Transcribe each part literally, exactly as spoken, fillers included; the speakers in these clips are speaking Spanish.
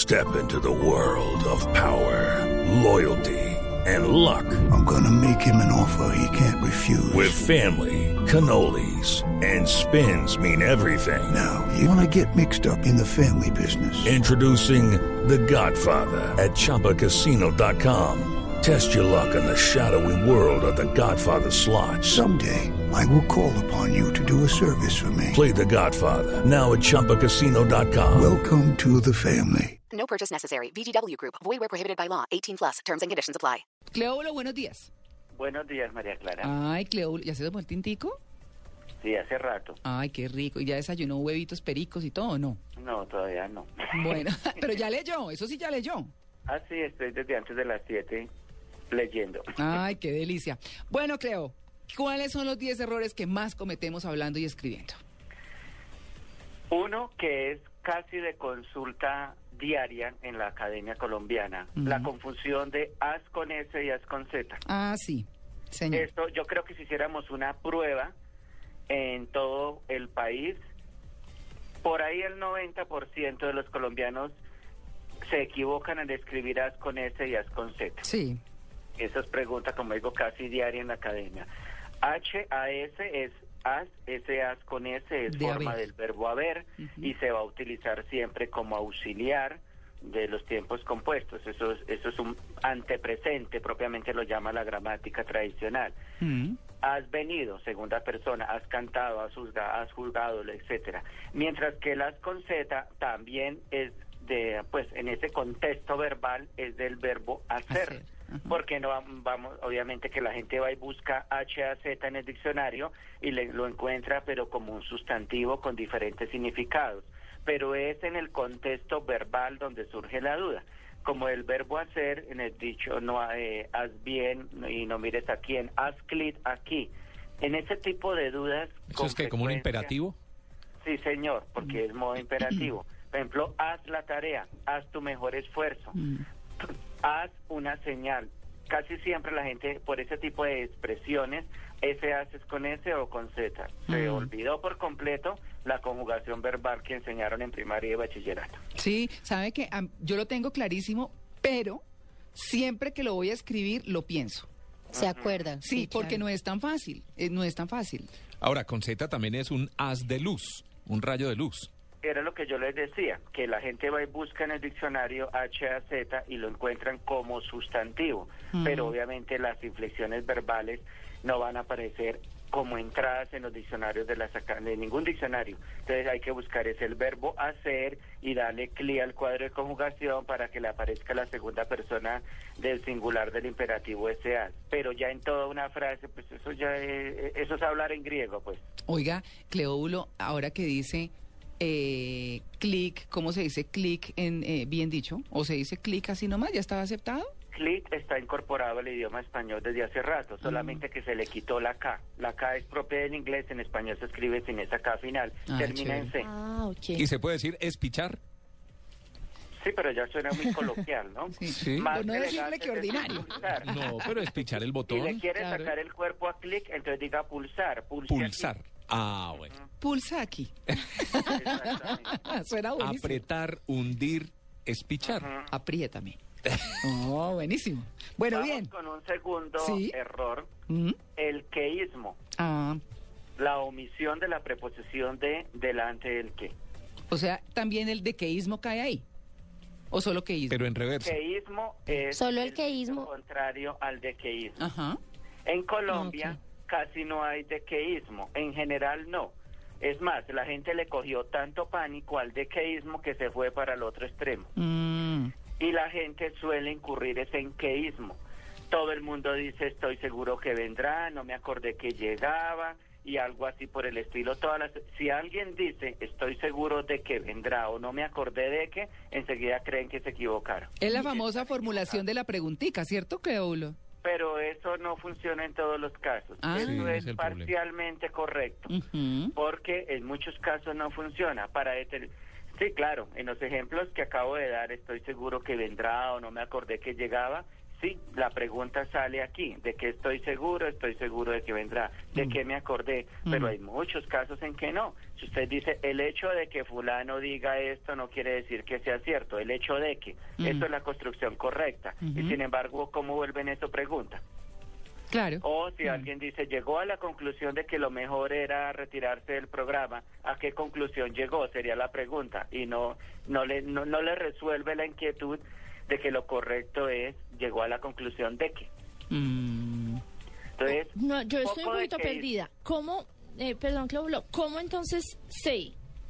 Step into the world of power, loyalty, and luck. I'm gonna make him an offer he can't refuse. With family, cannolis, and spins mean everything. Now, you wanna get mixed up in the family business. Introducing The Godfather at Chumba Casino dot com. Test your luck in the shadowy world of The Godfather slot. Someday, I will call upon you to do a service for me. Play The Godfather now at Chumba Casino dot com. Welcome to the family. No purchase necessary. V G W Group. Void where prohibited by law. eighteen plus. Terms and conditions apply. Cleóbulo, buenos días. Buenos días, María Clara. Ay, Cleóbulo, ¿ya se tomó el tintico? Sí, hace rato. Ay, qué rico. ¿Y ya desayunó huevitos pericos y todo, no? No, todavía no. Bueno, pero ya leyó, eso sí ya leyó. Ah, sí, estoy desde antes de las siete leyendo. Ay, qué delicia. Bueno, Cleo, ¿cuáles son los diez errores que más cometemos hablando y escribiendo? Uno que es casi de consulta diaria en la Academia Colombiana, uh-huh. La confusión de as con S y as con Z. Ah, sí, señor. Esto, yo creo que si hiciéramos una prueba en todo el país, por ahí el noventa por ciento de los colombianos se equivocan en escribir as con S y as con Z. Sí. Esa es pregunta, como digo, casi diaria en la Academia. H A S es as, ese as con S es de forma haber. del verbo haber, uh-huh. Y se va a utilizar siempre como auxiliar de los tiempos compuestos. Eso es, eso es un antepresente, propiamente lo llama la gramática tradicional. Uh-huh. Has venido, segunda persona, has cantado, has juzgado, has juzgado, etcétera. Mientras que el as con Z también es de, pues en ese contexto verbal es del verbo hacer. hacer. Uh-huh. Porque no vamos, obviamente que la gente va y busca H A Z en el diccionario y le, lo encuentra, pero como un sustantivo con diferentes significados. Pero es en el contexto verbal donde surge la duda. Como el verbo hacer, en el dicho, no eh, haz bien y no mires a quién, haz clic aquí. En ese tipo de dudas... ¿Eso es que como un imperativo? Sí, señor, porque mm. es modo imperativo. Por ejemplo, haz la tarea, haz tu mejor esfuerzo. Mm. Haz una señal. Casi siempre la gente, por ese tipo de expresiones, ese haces con S o con Z. Se mm. olvidó por completo la conjugación verbal que enseñaron en primaria y bachillerato. Sí, sabe que um, yo lo tengo clarísimo, pero siempre que lo voy a escribir lo pienso. ¿Se acuerdan? Sí, sí porque claro. no es tan fácil, eh, no es tan fácil. Ahora, con Z también es un haz de luz, un rayo de luz. Era lo que yo les decía, que la gente va y busca en el diccionario H A Z y lo encuentran como sustantivo, mm. pero obviamente las inflexiones verbales no van a aparecer como entradas en los diccionarios de, la de ningún diccionario. Entonces hay que buscar es el verbo hacer y darle clic al cuadro de conjugación para que le aparezca la segunda persona del singular del imperativo ese haz. Pero ya en toda una frase, pues eso ya es, eso es hablar en griego, pues. Oiga, Cleóbulo, ahora que dice... Eh, clic, ¿cómo se dice clic en eh, bien dicho? ¿O se dice clic así nomás? ¿Ya estaba aceptado? Clic está incorporado al idioma español desde hace rato, solamente uh-huh. que se le quitó la K. La K es propia del inglés, en español se escribe sin esa K final, ah, termina chévere. En C. Ah, okay. ¿Y se puede decir espichar? Sí, pero ya suena muy coloquial, ¿no? Sí, sí. Más no decirle que ordinario. No, pero espichar el botón. Si le quiere claro. sacar el cuerpo a clic, entonces diga pulsar. Pulsar. Aquí. Ah, bueno. Pulsa aquí. Suena buenísimo. Apretar, hundir, espichar. Uh-huh. Apriétame. Oh, buenísimo. Bueno, Vamos bien. con un segundo ¿Sí? error. Uh-huh. El queísmo. Ah. La omisión de la preposición de delante del que. O sea, también el dequeísmo cae ahí. ¿O solo queísmo? Pero en reverso. Queísmo es solo el queísmo contrario al dequeísmo. Ajá. En Colombia okay. casi no hay dequeísmo, en general no. Es más, la gente le cogió tanto pánico al dequeísmo que se fue para el otro extremo. Mm. Y la gente suele incurrir ese en queísmo. Todo el mundo dice, estoy seguro que vendrá, no me acordé que llegaba, y algo así por el estilo. Todas las, si alguien dice, estoy seguro de que vendrá o no me acordé de que, enseguida creen que se equivocaron. Es la famosa formulación de la preguntica, ¿cierto, Cleóbulo? Pero eso no funciona en todos los casos. Ah, eso sí, es, es parcialmente correcto, uh-huh. porque en muchos casos no funciona. Para deter... Sí, claro, en los ejemplos que acabo de dar, estoy seguro que vendrá o no me acordé que llegaba, sí, la pregunta sale aquí, de que estoy seguro, estoy seguro de que vendrá, de Mm. que me acordé, Mm. pero hay muchos casos en que no. Si usted dice, el hecho de que fulano diga esto no quiere decir que sea cierto, el hecho de que, Mm. esto es la construcción correcta, y Ujú. sin embargo, ¿cómo vuelven eso? Pregunta. Claro. O si Mm. alguien dice, llegó a la conclusión de que lo mejor era retirarse del programa, ¿a qué conclusión llegó? Sería la pregunta. Y no, no, le, no, no le resuelve la inquietud de que lo correcto es, llegó a la conclusión de que. Mm. Entonces, No, yo estoy un poco de poquito que- perdida. ¿Cómo, eh, perdón, Clóbulo, cómo entonces sé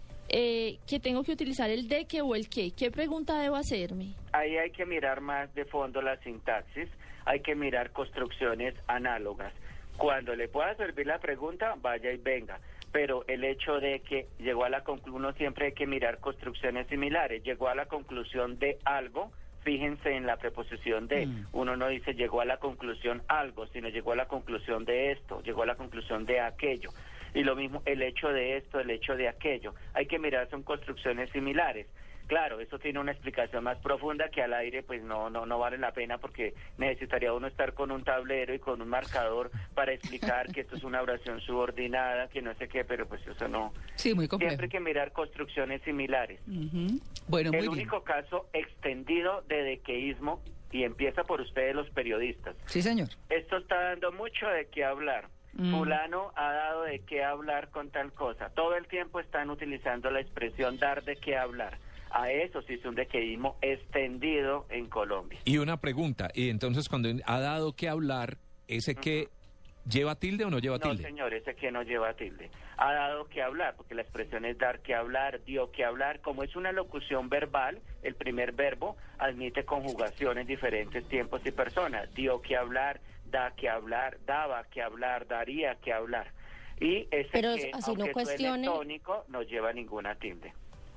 eh, que tengo que utilizar el de que o el que? ¿Qué pregunta debo hacerme? Ahí hay que mirar más de fondo la sintaxis, hay que mirar construcciones análogas. Cuando le pueda servir la pregunta, vaya y venga. Pero el hecho de que llegó a la conclusión, uno siempre hay que mirar construcciones similares. Llegó a la conclusión de algo, fíjense en la preposición de. Mm. Uno no dice llegó a la conclusión algo, sino llegó a la conclusión de esto, llegó a la conclusión de aquello. Y lo mismo el hecho de esto, el hecho de aquello. Hay que mirar, son construcciones similares. Claro, eso tiene una explicación más profunda que al aire pues no no no vale la pena, porque necesitaría uno estar con un tablero y con un marcador para explicar que esto es una oración subordinada, que no sé qué, pero pues eso no. Sí, muy complejo. Siempre hay que mirar construcciones similares. Ujú. Bueno, muy El bien. único caso extendido de dequeísmo, y empieza por ustedes los periodistas, Sí, señor. esto está dando mucho de qué hablar. Mm. Fulano ha dado de qué hablar con tal cosa. Todo el tiempo están utilizando la expresión dar de qué hablar. A eso sí es un dequeísmo extendido en Colombia. Y una pregunta, y entonces cuando ha dado que hablar, ¿ese que lleva tilde o no lleva No, tilde? señor, ese que no lleva tilde. Ha dado que hablar, porque la expresión es dar que hablar, dio que hablar. Como es una locución verbal, el primer verbo admite conjugación en diferentes tiempos y personas. Dio que hablar, da que hablar, daba que hablar, daría que hablar. Y ese Pero que, así no aunque cuestione- suene tónico, no lleva ninguna tilde.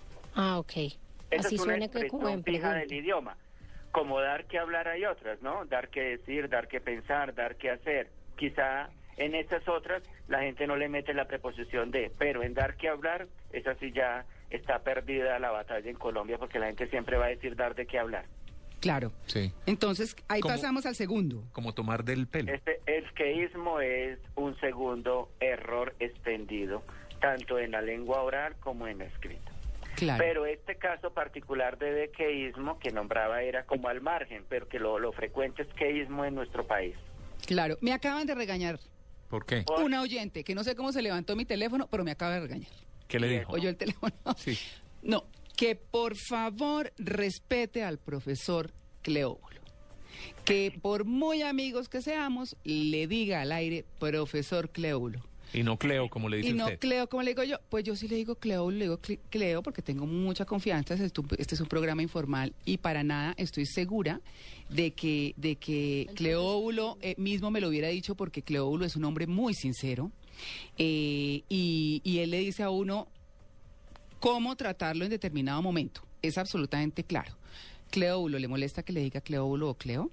Ah, ok. Esa Así es una suena que como expresión en fija pregunta. del idioma. Como dar que hablar hay otras, ¿no? Dar que decir, dar que pensar, dar que hacer. Quizá en estas otras la gente no le mete la preposición de, pero en dar que hablar, esa sí ya está perdida la batalla en Colombia, porque la gente siempre va a decir dar de qué hablar. Claro. Sí. Entonces, ahí ¿Cómo? pasamos al segundo. Como tomar del pelo. Este esqueísmo es un segundo error extendido, tanto en la lengua oral como en la escrita. Claro. Pero este caso particular de dequeísmo que nombraba era como al margen, pero que lo, lo frecuente es queísmo en nuestro país. Claro. Me acaban de regañar ¿Por qué? Por- una oyente que no sé cómo se levantó mi teléfono, pero me acaba de regañar. ¿Qué le dijo? Oyó el teléfono. Sí. No, que por favor respete al profesor Cleóbulo. Que por muy amigos que seamos, le diga al aire, profesor Cleóbulo. Y no Cleo, como le dice Y no usted. Cleo, como le digo yo, pues yo sí le digo Cleo, le digo Cle- Cleo porque tengo mucha confianza, este es, tu- este es un programa informal y para nada estoy segura de que, de que Cleóbulo eh, mismo me lo hubiera dicho, porque Cleóbulo es un hombre muy sincero eh, y, y él le dice a uno cómo tratarlo en determinado momento, es absolutamente claro. Cleóbulo, ¿le molesta que le diga Cleóbulo o Cleo?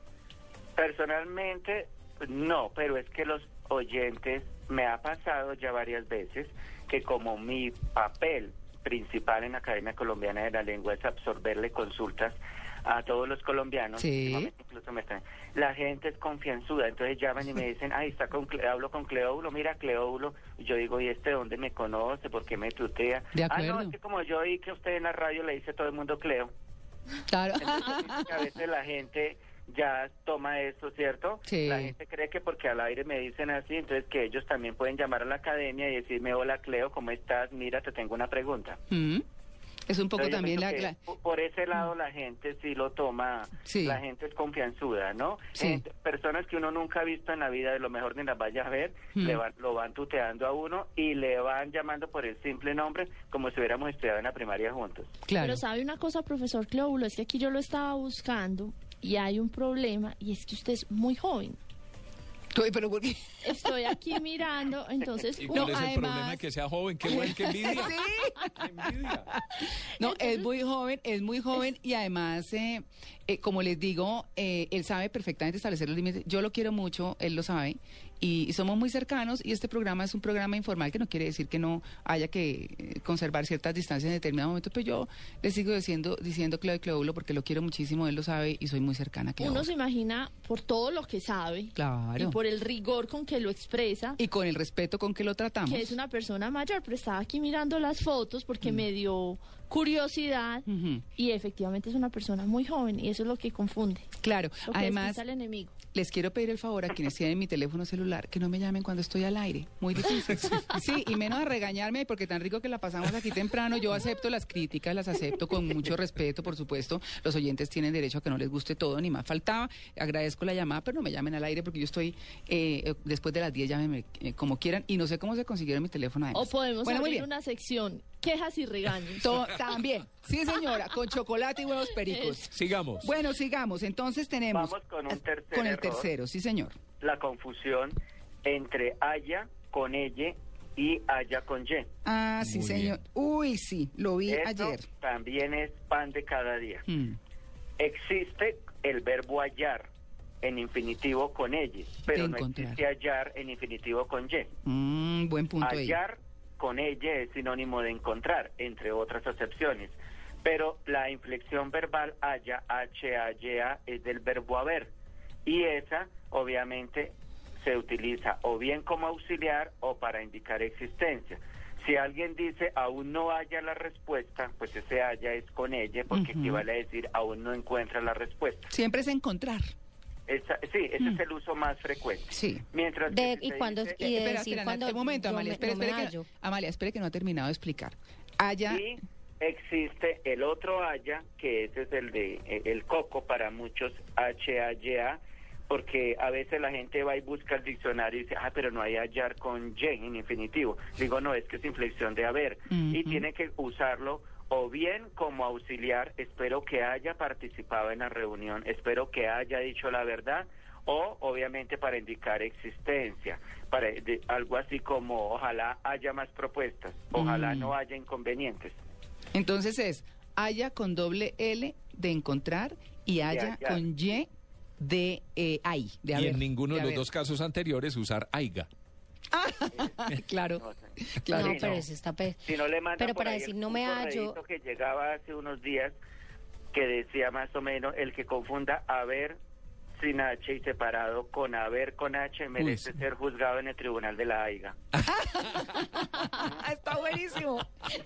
Personalmente, no, pero es que los oyentes, me ha pasado ya varias veces que como mi papel principal en la Academia Colombiana de la Lengua es absorberle consultas a todos los colombianos, Sí. últimamente incluso me están, la gente es confianzuda, entonces llaman y me dicen, ay, está con Cle- hablo con Cleóbulo, mira Cleóbulo, y yo digo, ¿y este dónde me conoce? ¿Por qué me tutea? De Ah, no, acuerdo. es que como yo oí que usted en la radio le dice a todo el mundo Cleo. Claro. Entonces, a veces la gente ya toma eso, ¿cierto? Sí. La gente cree que porque al aire me dicen así, entonces que ellos también pueden llamar a la academia y decirme, hola Cleo, ¿cómo estás? Mira, te tengo una pregunta. Mm. Es un poco Pero yo también pienso la... que la- po- Por ese lado la gente sí lo toma, Sí. la gente es confianzuda, ¿no? Sí. Gente- personas que uno nunca ha visto en la vida, de lo mejor ni las vaya a ver, Mm. le van, lo van tuteando a uno y le van llamando por el simple nombre como si hubiéramos estudiado en la primaria juntos. Claro. Pero sabe una cosa, profesor Clóbulo, es que aquí yo lo estaba buscando y hay un problema, y es que usted es muy joven. Tú- Pero ¿por qué? Estoy aquí mirando, entonces... ¿Y cuál No, es el además- problema de que sea joven? ¡Qué bueno, qué envidia! ¡Qué envidia! No, es muy joven, es muy joven y además, eh, eh, como les digo, eh, él sabe perfectamente establecer los límites. Yo lo quiero mucho, él lo sabe, y, y somos muy cercanos y este programa es un programa informal que no quiere decir que no haya que eh, conservar ciertas distancias en determinados momentos, pero yo le sigo diciendo, diciendo Cleo y Cleóbulo porque lo quiero muchísimo, él lo sabe y soy muy cercana a Cleo. Uno se imagina por todo lo que sabe Claro. y por el rigor con que lo expresa, Y con el respeto con que lo tratamos. que es una persona mayor, pero estaba aquí mirando las fotos porque me dio curiosidad Ujú. y efectivamente es una persona muy joven y eso es lo que confunde. Claro, Lo que además despista al enemigo. les quiero pedir el favor a quienes tienen mi teléfono celular que no me llamen cuando estoy al aire. Muy difícil. Sí, y menos a regañarme porque tan rico que la pasamos aquí temprano. Yo acepto las críticas, las acepto con mucho respeto, por supuesto. Los oyentes tienen derecho a que no les guste todo, ni más faltaba. Agradezco la llamada, pero no me llamen al aire porque yo estoy, eh, después de las diez, llámenme eh, como quieran. Y no sé cómo se consiguieron mi teléfono además. O podemos Bueno, muy abrir bien. una sección, quejas y regaños. To- también. Sí, señora, con chocolate y huevos pericos. Sigamos. Bueno, sigamos. Entonces tenemos... Vamos con un tercer Con el error. tercero, sí, señor. La confusión entre haya con ella y haya con y. Ah, sí, Muy señor. Uy, sí, lo vi Esto ayer. también es pan de cada día. Mm. Existe el verbo hallar en infinitivo con ella, pero De no encontrar. existe hallar en infinitivo con y. Mm, buen punto ahí. Hallar con ella es sinónimo de encontrar, entre otras acepciones. Pero la inflexión verbal haya, H A Y A, es del verbo haber. Y esa, obviamente, se utiliza o bien como auxiliar o para indicar existencia. Si alguien dice aún no haya la respuesta, pues ese haya es con ella, porque Ujú. equivale a decir aún no encuentra la respuesta. Siempre es encontrar. Esa, sí, ese Mm. es el uso más frecuente. Sí. Mientras que De- si y se cuando- dice- y de espera, decir espera, cuando un momento, yo Amalia. me- Espera, no me espera, que, hallo. Amalia, espere que no ha terminado de explicar. Haya... Y existe el otro haya, que ese es el de eh, el coco para muchos, H A Y A, porque a veces la gente va y busca el diccionario y dice, ah, pero no hay hallar con y en infinitivo. Digo, no, es que es inflexión de haber. Y Ujú. tiene que usarlo o bien como auxiliar, espero que haya participado en la reunión, espero que haya dicho la verdad, o obviamente para indicar existencia, para de- algo así como ojalá haya más propuestas, ojalá Mm. no haya inconvenientes. Entonces es haya con doble L de encontrar y haya hallar. con Y de eh, hay, de Y haber. en ninguno de los haber. dos casos anteriores usar aiga. Claro, No sé. claro. No, Sí, pero no. eso está... pe- Si no le mandan Pero por para ahí decir el- no un me hallo... correíto que llegaba hace unos días que decía más o menos el que confunda haber sin H y separado con haber con H merece sí. ser juzgado en el tribunal de la AIGA. Está buenísimo.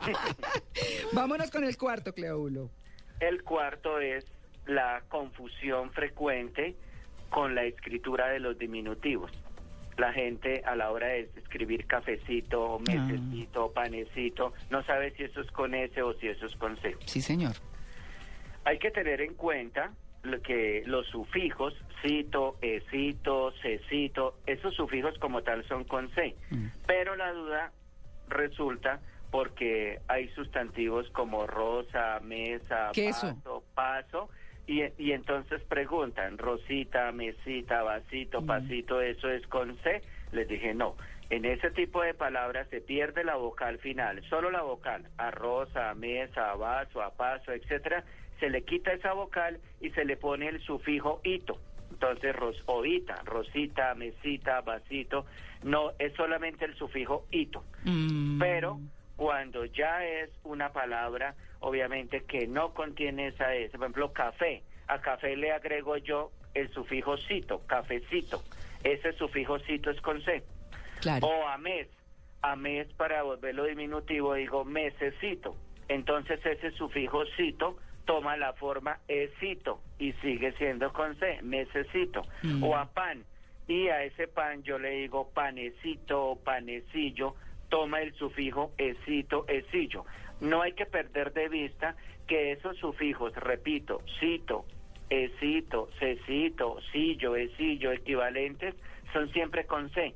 Vámonos con el cuarto, Cleóbulo. El cuarto es la confusión frecuente con la escritura de los diminutivos. La gente a la hora de escribir cafecito, mesecito, panecito, no sabe si eso es con S o si eso es con C. Sí, señor. Hay que tener en cuenta lo que los sufijos, cito, esito, cecito, esos sufijos como tal son con C, Mm. pero la duda resulta porque hay sustantivos como rosa, mesa, Queso. vaso, paso, y, y entonces preguntan, rosita, mesita, vasito, Mm. pasito, ¿eso es con C? Les dije no. En ese tipo de palabras se pierde la vocal final, solo la vocal, a rosa, a mesa, a vaso, a paso, etcétera, se le quita esa vocal y se le pone el sufijo ito. Entonces, ros, oita, rosita, mesita, vasito, no, es solamente el sufijo ito. Mm. Pero cuando ya es una palabra, obviamente que no contiene esa S, por ejemplo, café, a café le agrego yo el sufijo cito, cafecito, ese sufijo cito es con C. Claro. O a mes, a mes para volverlo diminutivo digo mesecito, entonces ese sufijo cito toma la forma esito y sigue siendo con C, mesecito. Mm. O a pan, y a ese pan yo le digo panecito, panecillo, toma el sufijo esito, esillo. No hay que perder de vista que esos sufijos, repito, cito, esito, cecito, sillo, esillo, equivalentes, son siempre con C.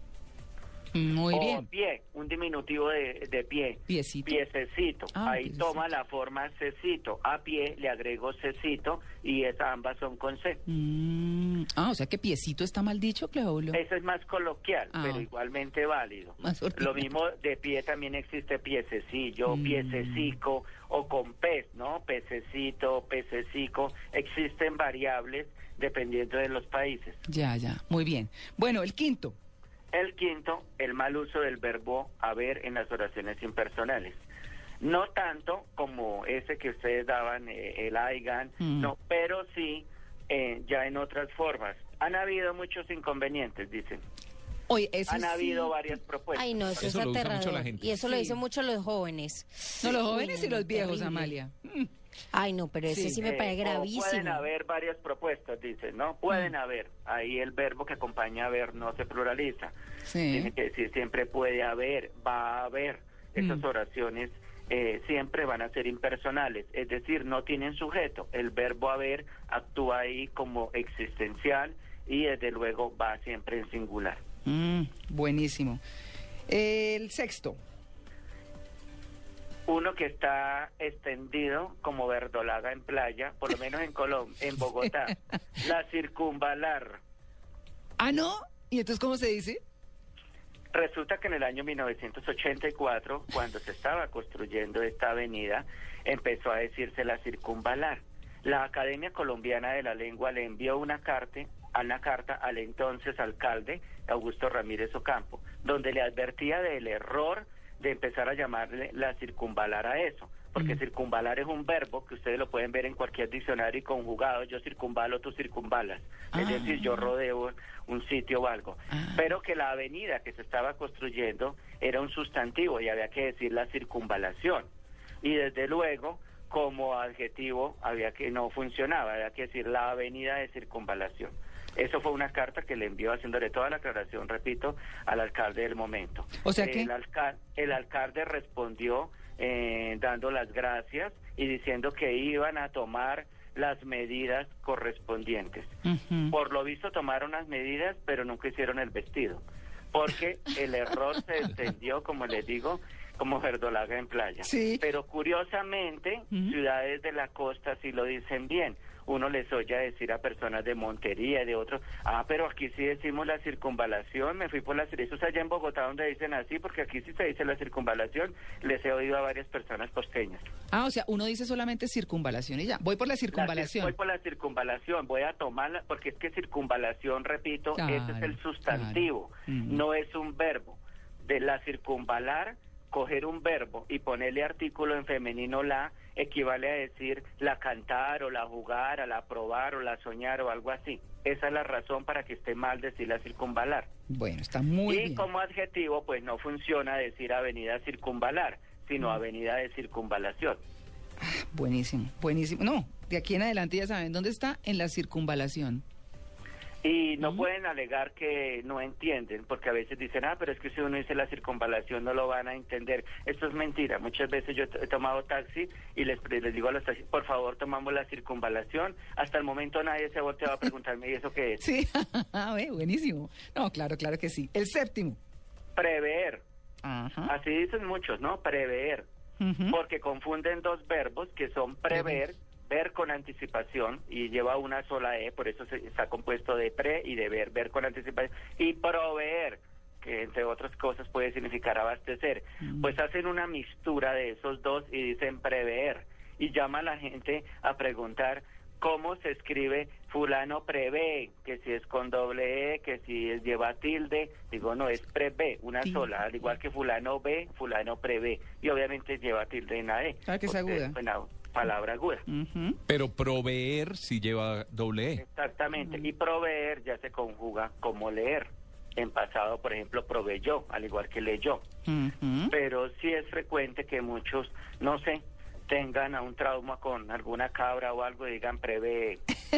Muy o bien. pie, un diminutivo de, de pie. Piecito. Piececito. Ah, Ahí piececito. toma la forma cecito. A pie le agrego cecito y esas ambas son con C. Mm. Ah, o sea que piecito está mal dicho, Cleóbulo. Eso es más coloquial, Ah. pero igualmente válido. Más Lo ordinario. mismo de pie también existe piececillo, Mm. piececico o con pez, ¿no? Pececito, pececico. Existen variables dependiendo de los países. Ya, ya. Muy bien. Bueno, el quinto. El quinto, el mal uso del verbo haber en las oraciones impersonales. No tanto como ese que ustedes daban, eh, el aigan, mm. no, pero sí eh, ya en otras formas. Han habido muchos inconvenientes, dicen. Oye, eso Han sí. habido varias propuestas. Ay, no, eso, Eso es lo usa mucho aterrador. la gente. Y eso Sí. lo dicen mucho los jóvenes. No, los jóvenes Uy, y no, los viejos, terrible. Amalia. Mm. Ay, no, pero ese Sí. sí me Eh, parece o gravísimo. Pueden haber varias propuestas, dicen, ¿no? Pueden haber. Ahí el verbo que acompaña haber no se pluraliza. Sí. Tiene que decir siempre puede haber, va a haber. Esas Mm. oraciones eh, siempre van a ser impersonales, es decir, no tienen sujeto. El verbo haber actúa ahí como existencial y desde luego va siempre en singular. Mm, buenísimo. El sexto. Uno que está extendido como verdolaga en playa, por lo menos en Colombia, en Bogotá, la circunvalar. Ah, ¿no? ¿Y entonces cómo se dice? Resulta que en el año mil novecientos ochenta y cuatro, cuando se estaba construyendo esta avenida, empezó a decirse la circunvalar. La Academia Colombiana de la Lengua le envió una carta, una carta al entonces alcalde, Augusto Ramírez Ocampo, donde le advertía del error de empezar a llamarle la circunvalar a eso, porque mm. circunvalar es un verbo que ustedes lo pueden ver en cualquier diccionario y conjugado, yo circunvalo, tú circunvalas, ah. es decir, yo rodeo un sitio o algo, ah. pero que la avenida que se estaba construyendo era un sustantivo y había que decir la circunvalación, y desde luego como adjetivo había que no funcionaba, había que decir la avenida de circunvalación. Eso fue una carta que le envió haciéndole toda la aclaración, repito, al alcalde del momento. O sea que el, alca el alcalde respondió eh, dando las gracias y diciendo que iban a tomar las medidas correspondientes. Uh-huh. Por lo visto tomaron las medidas, pero nunca hicieron el vestido, porque el error se extendió, como les digo, como verdolaga en playa. Sí. Pero curiosamente, uh-huh. ciudades de la costa sí lo dicen bien. Uno les oye decir a personas de Montería y de otros, ah, pero aquí sí decimos la circunvalación, me fui por la... Eso es allá en Bogotá donde dicen así, porque aquí sí se dice la circunvalación, les he oído a varias personas costeñas. Ah, o sea, uno dice solamente circunvalación y ya, voy por la circunvalación. La, voy por la circunvalación, voy a tomarla, porque es que circunvalación, repito, claro, ese es el sustantivo, claro. mm. no es un verbo. De la circunvalar, coger un verbo y ponerle artículo en femenino la, equivale a decir la cantar o la jugar, a la probar o la soñar o algo así. Esa es la razón para que esté mal decir la circunvalar. Bueno, está muy y bien. Y como adjetivo, pues no funciona decir avenida circunvalar, sino mm. avenida de circunvalación. Ah, buenísimo, buenísimo. No, de aquí en adelante ya saben dónde está, en la circunvalación. Y no uh-huh. pueden alegar que no entienden, porque a veces dicen, ah, pero es que si uno dice la circunvalación no lo van a entender. Esto es mentira. Muchas veces yo he tomado taxi y les, les digo a los taxis, por favor, tomamos la circunvalación. Hasta el momento nadie se ha volteado a preguntarme, ¿y eso qué es? Sí, buenísimo. No, claro, claro que sí. El séptimo. Prever. Ajá. Así dicen muchos, ¿no? Prever. Uh-huh. Porque confunden dos verbos que son prever, ver con anticipación, y lleva una sola E, por eso se, está compuesto de pre y de ver, ver con anticipación, y proveer, que entre otras cosas puede significar abastecer. Mm. Pues hacen una mistura de esos dos y dicen prever, y llama a la gente a preguntar cómo se escribe fulano prevé, que si es con doble E, que si es, lleva tilde. Digo, no, es prevé, una sí. sola, al igual que fulano ve, fulano prevé, y obviamente lleva tilde en la E. Ah, que es aguda. Bueno, palabra aguda. Uh-huh. Pero proveer si lleva doble E. Exactamente, Uh-huh. y proveer ya se conjuga como leer. En pasado, por ejemplo, proveyó, al igual que leyó. Uh-huh. Pero sí es frecuente que muchos, no sé, tengan a un trauma con alguna cabra o algo y digan prevé.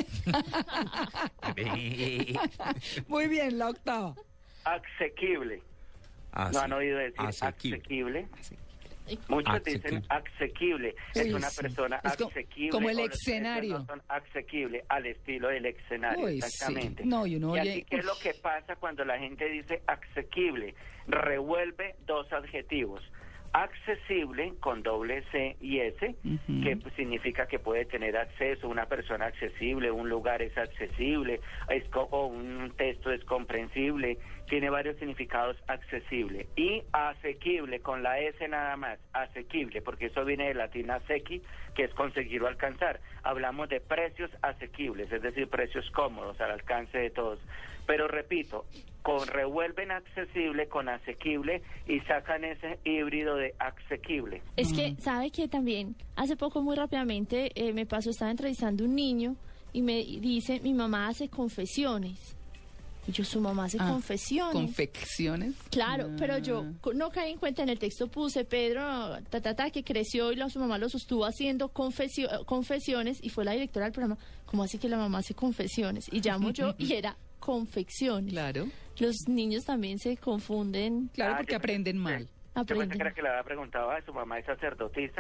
Muy bien, la octava. Asequible. Ah, ¿No sí. han oído decir asequible? asequible? Sí. Muchos Asequible. dicen asequible, es Uy, una sí. persona Es co- asequible. como el o los que escenario. no son asequible, al estilo del escenario, Uy, exactamente. sí. No, y uno y oye- aquí, ¿qué es lo que pasa cuando la gente dice asequible? Revuelve dos adjetivos. Accesible, con doble C y S, Uh-huh. que pues, significa que puede tener acceso, una persona accesible, un lugar es accesible, es co- o un texto es comprensible, tiene varios significados: accesible y asequible, con la S nada más, asequible, porque eso viene del latín asequi, que es conseguir o alcanzar. Hablamos de precios asequibles, es decir, precios cómodos, al alcance de todos. Pero repito, con revuelven accesible con asequible y sacan ese híbrido de asequible. Es que, ¿sabe que también? Hace poco, muy rápidamente, eh, me pasó, estaba entrevistando a un niño y me dice, mi mamá hace confesiones. Y yo, su mamá hace Ah, confesiones. ¿Confecciones? Claro, Ah. pero yo co- no caí en cuenta, en el texto puse Pedro, ta, ta, ta, que creció y la, su mamá lo sostuvo haciendo confesio- confesiones, y fue la directora del programa. ¿Cómo así que la mamá hace confesiones? Y llamo yo y era confecciones. Claro, Los niños también se confunden. claro, Ah, porque yo aprenden pensé- mal. Yo pensé Aprenden. que era que le había preguntado a su mamá, es sacerdotisa.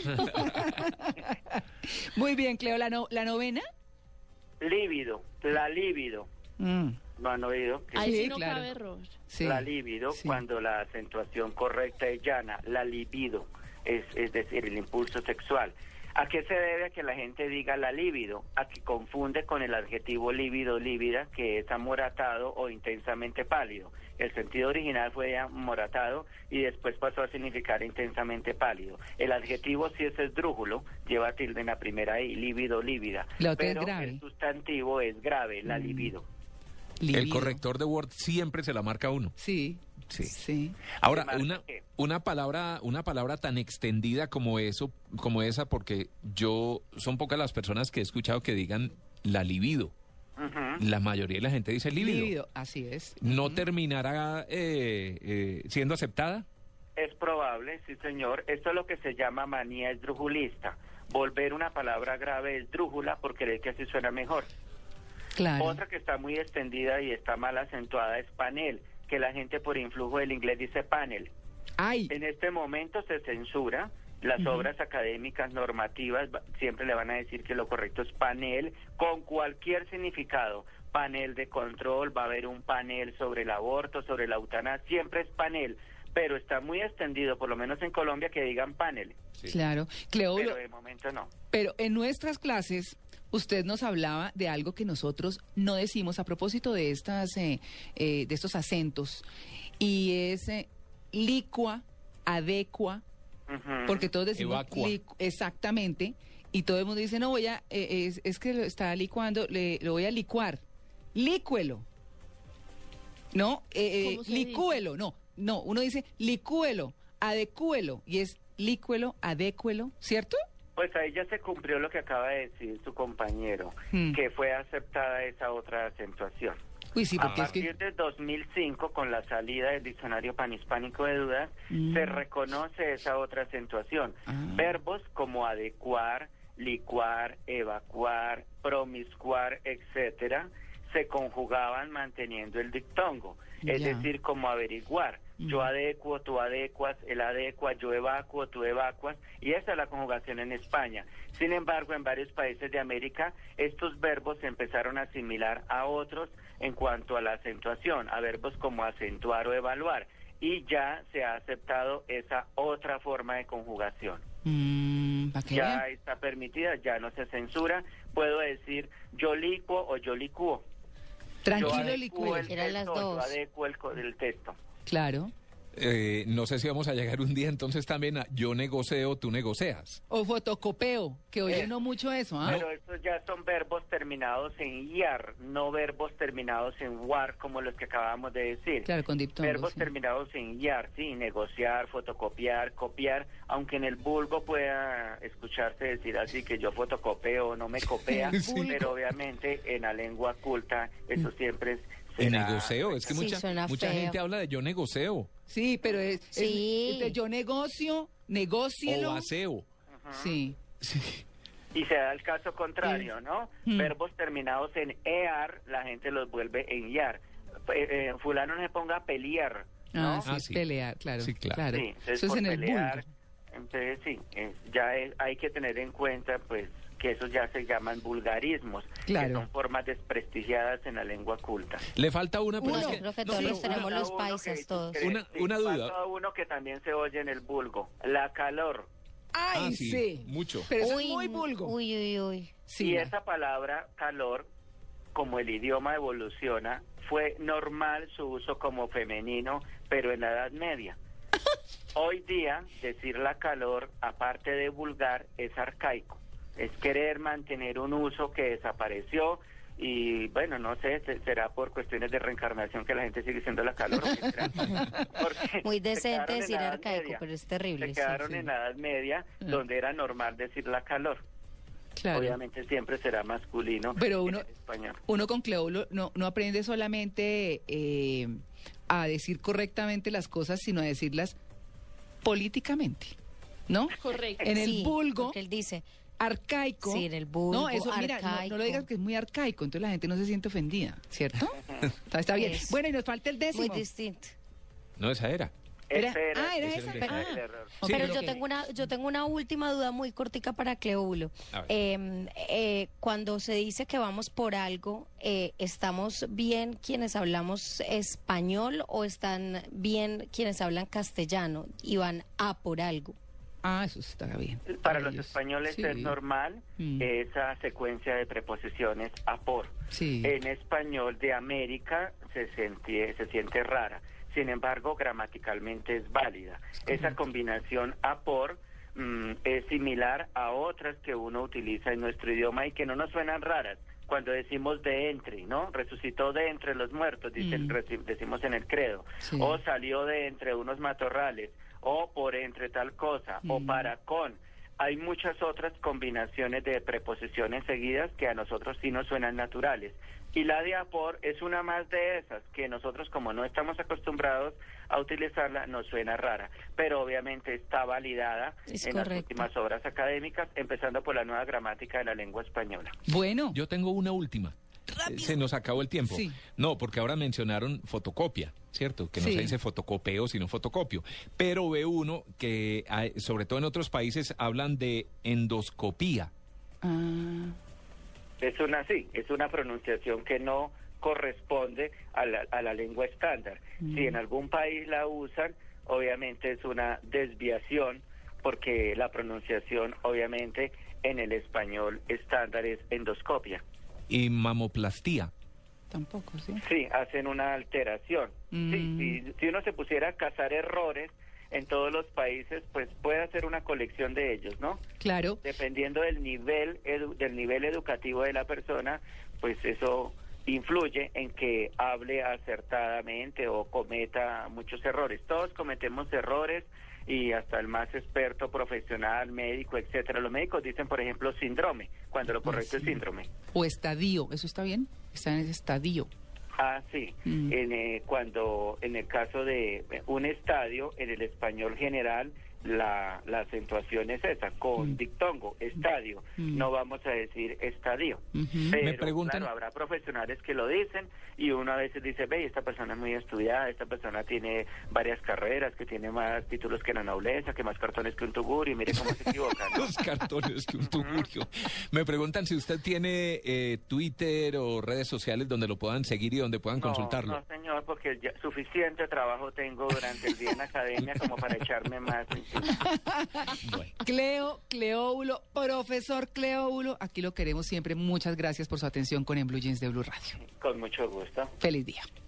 Muy bien, Cleo, ¿la, no- la novena? Líbido, la libido. Mm, ¿No han oído? Que Ahí sí, Sí, no claro. cabe error. sí. La libido, sí. cuando la acentuación correcta es llana, la libido, es, es decir, el impulso sexual. ¿A qué se debe a que la gente diga la libido? A que confunde con el adjetivo lívido, lívida, que es amoratado o intensamente pálido. El sentido original fue amoratado y después pasó a significar intensamente pálido. El adjetivo, si es esdrújulo, lleva tilde en la primera I, lívido, lívida. La otra es Pero grave. el sustantivo es grave, la libido. El Libido. corrector de Word siempre se la marca a uno. Sí, Sí. sí. Ahora, ¿Qué marca una, qué? una palabra, una palabra tan extendida como eso, como esa, porque yo son pocas las personas que he escuchado que digan la libido. Ujú. La mayoría de la gente dice libido. Líbido, así es. ¿No terminará eh, eh, siendo aceptada? Es probable, sí señor. Esto es lo que se llama manía esdrujulista. Volver una palabra grave esdrújula por creer que así suena mejor. Claro. Otra que está muy extendida y está mal acentuada es panel, que la gente por influjo del inglés dice panel. Ay, En este momento se censura. Las obras académicas normativas va- siempre le van a decir que lo correcto es panel, con cualquier significado. Panel de control, va a haber un panel sobre el aborto, sobre la eutanasia, siempre es panel. Pero está muy extendido, por lo menos en Colombia, que digan panel. claro. Cleo, Pero lo- de momento no. pero en nuestras clases usted nos hablaba de algo que nosotros no decimos a propósito de estas eh, eh, de estos acentos, y es eh, licua, adecua, Ujú. porque todos decimos Evacua. licu- exactamente, y todo el mundo dice, no voy a, eh, es, es que lo está licuando, le, lo voy a licuar, licúelo, no, eh, eh, ¿Cómo se licúelo, no, no, uno dice licúelo, adecúelo, y es lícuelo, adécuelo, ¿cierto? Pues ahí ya se cumplió lo que acaba de decir su compañero, Hmm. que fue aceptada esa otra acentuación. Uy, sí, A porque es partir que... de dos mil cinco, con la salida del Diccionario Panhispánico de Dudas, Mm. se reconoce esa otra acentuación. Ah. Verbos como adecuar, licuar, evacuar, promiscuar, etcétera, se conjugaban manteniendo el dictongo, es Ya. decir, como averiguar. Yo adecuo, tú adecuas, él adecua, yo evacuo, tú evacuas, y esa es la conjugación en España. Sin embargo, en varios países de América, estos verbos se empezaron a asimilar a otros en cuanto a la acentuación, a verbos como acentuar o evaluar, y ya se ha aceptado esa otra forma de conjugación. Mm, ¿para qué Ya vean? está permitida, ya no se censura. Puedo decir yo licuo o yo licúo. Yo Tranquilo, adecuo licuelo. el Eran las texto, yo dos. adecuo el, co- el texto. Claro. Eh, no sé si vamos a llegar un día entonces también a yo negocio, tú negocias. O fotocopeo, que oye Eh, no mucho eso, ¿ah? Pero estos ya son verbos terminados en iar, no verbos terminados en war, como los que acabamos de decir. Claro, con diptongo, Verbos sí. terminados en iar, sí, negociar, fotocopiar, copiar, aunque en el vulgo pueda escucharse decir así que yo fotocopeo, no me copea, Sí. pero obviamente en la lengua culta eso siempre es... Y será- negocio, es que Sí, mucha, suena mucha feo. gente habla de yo negocio Sí, pero es, es- Sí. entonces yo negocio, negócielo. o aseo. Sí. Y se da el caso contrario, ¿no? Mm. Verbos terminados en ear, la gente los vuelve en iar. Eh, eh, fulano no se ponga a pelear, ¿no? Ah, sí, Ah, es sí. pelear, claro. Sí, claro. Sí, entonces Eso es por en el pelear, vulgo. entonces sí, eh, ya es- hay que tener en cuenta pues que esos ya se llaman vulgarismos, Claro. que son formas desprestigiadas en la lengua culta. Le falta una, pero Uno, es que, creo que no, todos pero los tenemos una- los uno paisas que- todos. que- Una- sí, una duda. falta uno que también se oye en el vulgo, la calor. Ay, Ah, sí, sí, mucho. Pero eso Uy, es muy vulgo. Uy, uy, uy. Sí, y la- esa palabra calor como el idioma evoluciona, fue normal su uso como femenino, pero en la Edad Media. Hoy día, decir la calor, aparte de vulgar, es arcaico. Es querer mantener un uso que desapareció y, bueno, no sé, será por cuestiones de reencarnación que la gente sigue diciendo la calor. Porque muy decente decir Edad arcaico, Media, pero es terrible. Se sí, quedaron sí. en la Edad Media, donde era normal decir la calor. Claro. Obviamente siempre será masculino. Pero uno, en español. uno con Cleóbulo no, no aprende solamente eh, a decir correctamente las cosas, sino a decirlas políticamente, ¿no? Correcto. En el Sí, vulgo, porque él dice, arcaico. sí, en el vulgo, No, eso, mira, no, no lo arcaico. digas que es muy arcaico, entonces la gente no se siente ofendida, ¿cierto? Está, está bien. Es Bueno, y nos falta el muy décimo. distinto. No, esa era. Era- Ese era- ah, era ese esa. era Ah. el error. Ok, Pero ok. yo tengo una yo tengo una última duda muy cortica para Cleóbulo. A ver. Eh, eh, cuando se dice que vamos por algo, eh, ¿estamos bien quienes hablamos español o están bien quienes hablan castellano y van a por algo? Ah, eso está bien. Para los ellos. españoles Sí. es normal Mm. esa secuencia de preposiciones a por. Sí. En español de América se, siente, se siente rara. Sin embargo, gramaticalmente es válida. Esa combinación a por mm, es similar a otras que uno utiliza en nuestro idioma y que no nos suenan raras. Cuando decimos de entre, ¿no? Resucitó de entre los muertos, dice, Mm. reci- decimos en el credo. Sí. O salió de entre unos matorrales, o por entre tal cosa, o Mm. para con. Hay muchas otras combinaciones de preposiciones seguidas que a nosotros sí nos suenan naturales. Y la de a por es una más de esas, que nosotros como no estamos acostumbrados a utilizarla, nos suena rara. Pero obviamente está validada Es en las correcto. últimas obras académicas, empezando por la nueva gramática de la lengua española. Bueno, Yo tengo una última. Eh, Se nos acabó el tiempo. Sí. No, porque ahora mencionaron fotocopia, ¿cierto? Que no Sí. se dice fotocopeo, sino fotocopio. Pero ve uno que, hay- sobre todo en otros países, hablan de endoscopía. ah, Es una, sí, es una pronunciación que no corresponde a la, a la lengua estándar. Si en algún país la usan, obviamente es una desviación, porque la pronunciación, obviamente, en el español estándar es endoscopia. Y mamoplastía. tampoco, ¿sí? Sí, hacen una alteración. Mm. Sí, si, si uno se pusiera a cazar errores en todos los países, pues puede hacer una colección de ellos, ¿no? Claro. Dependiendo del nivel edu- del nivel educativo de la persona, pues eso influye en que hable acertadamente o cometa muchos errores. Todos cometemos errores y hasta el más experto profesional, médico, etcétera. Los médicos dicen, por ejemplo, síndrome, cuando lo correcto es síndrome. O estadio, ¿eso está bien? Está en ese estadio. Ah, sí. Mm. En, eh, cuando en el caso de eh, un estadio, en el español general, la, la acentuación es esa, con Mm. dictongo, estadio. Mm. No vamos a decir estadio. Ujú. Pero, Me preguntan- claro, habrá profesionales que lo dicen y uno a veces dice, ve, esta persona es muy estudiada, esta persona tiene varias carreras, que tiene más títulos que la nobleza, que más cartones que un tugurio, y mire cómo se equivoca, ¿no? Los cartones que un tugurio. Me preguntan si usted tiene eh, Twitter o redes sociales donde lo puedan seguir y donde puedan No, consultarlo. no, señor, porque ya suficiente trabajo tengo durante el día en la academia como para echarme más encima. Bueno. Cleo, Cleóbulo, profesor Cleóbulo, aquí lo queremos siempre. Muchas gracias por su atención con En Blue Jeans de Blue Radio. Con mucho gusto. Feliz día.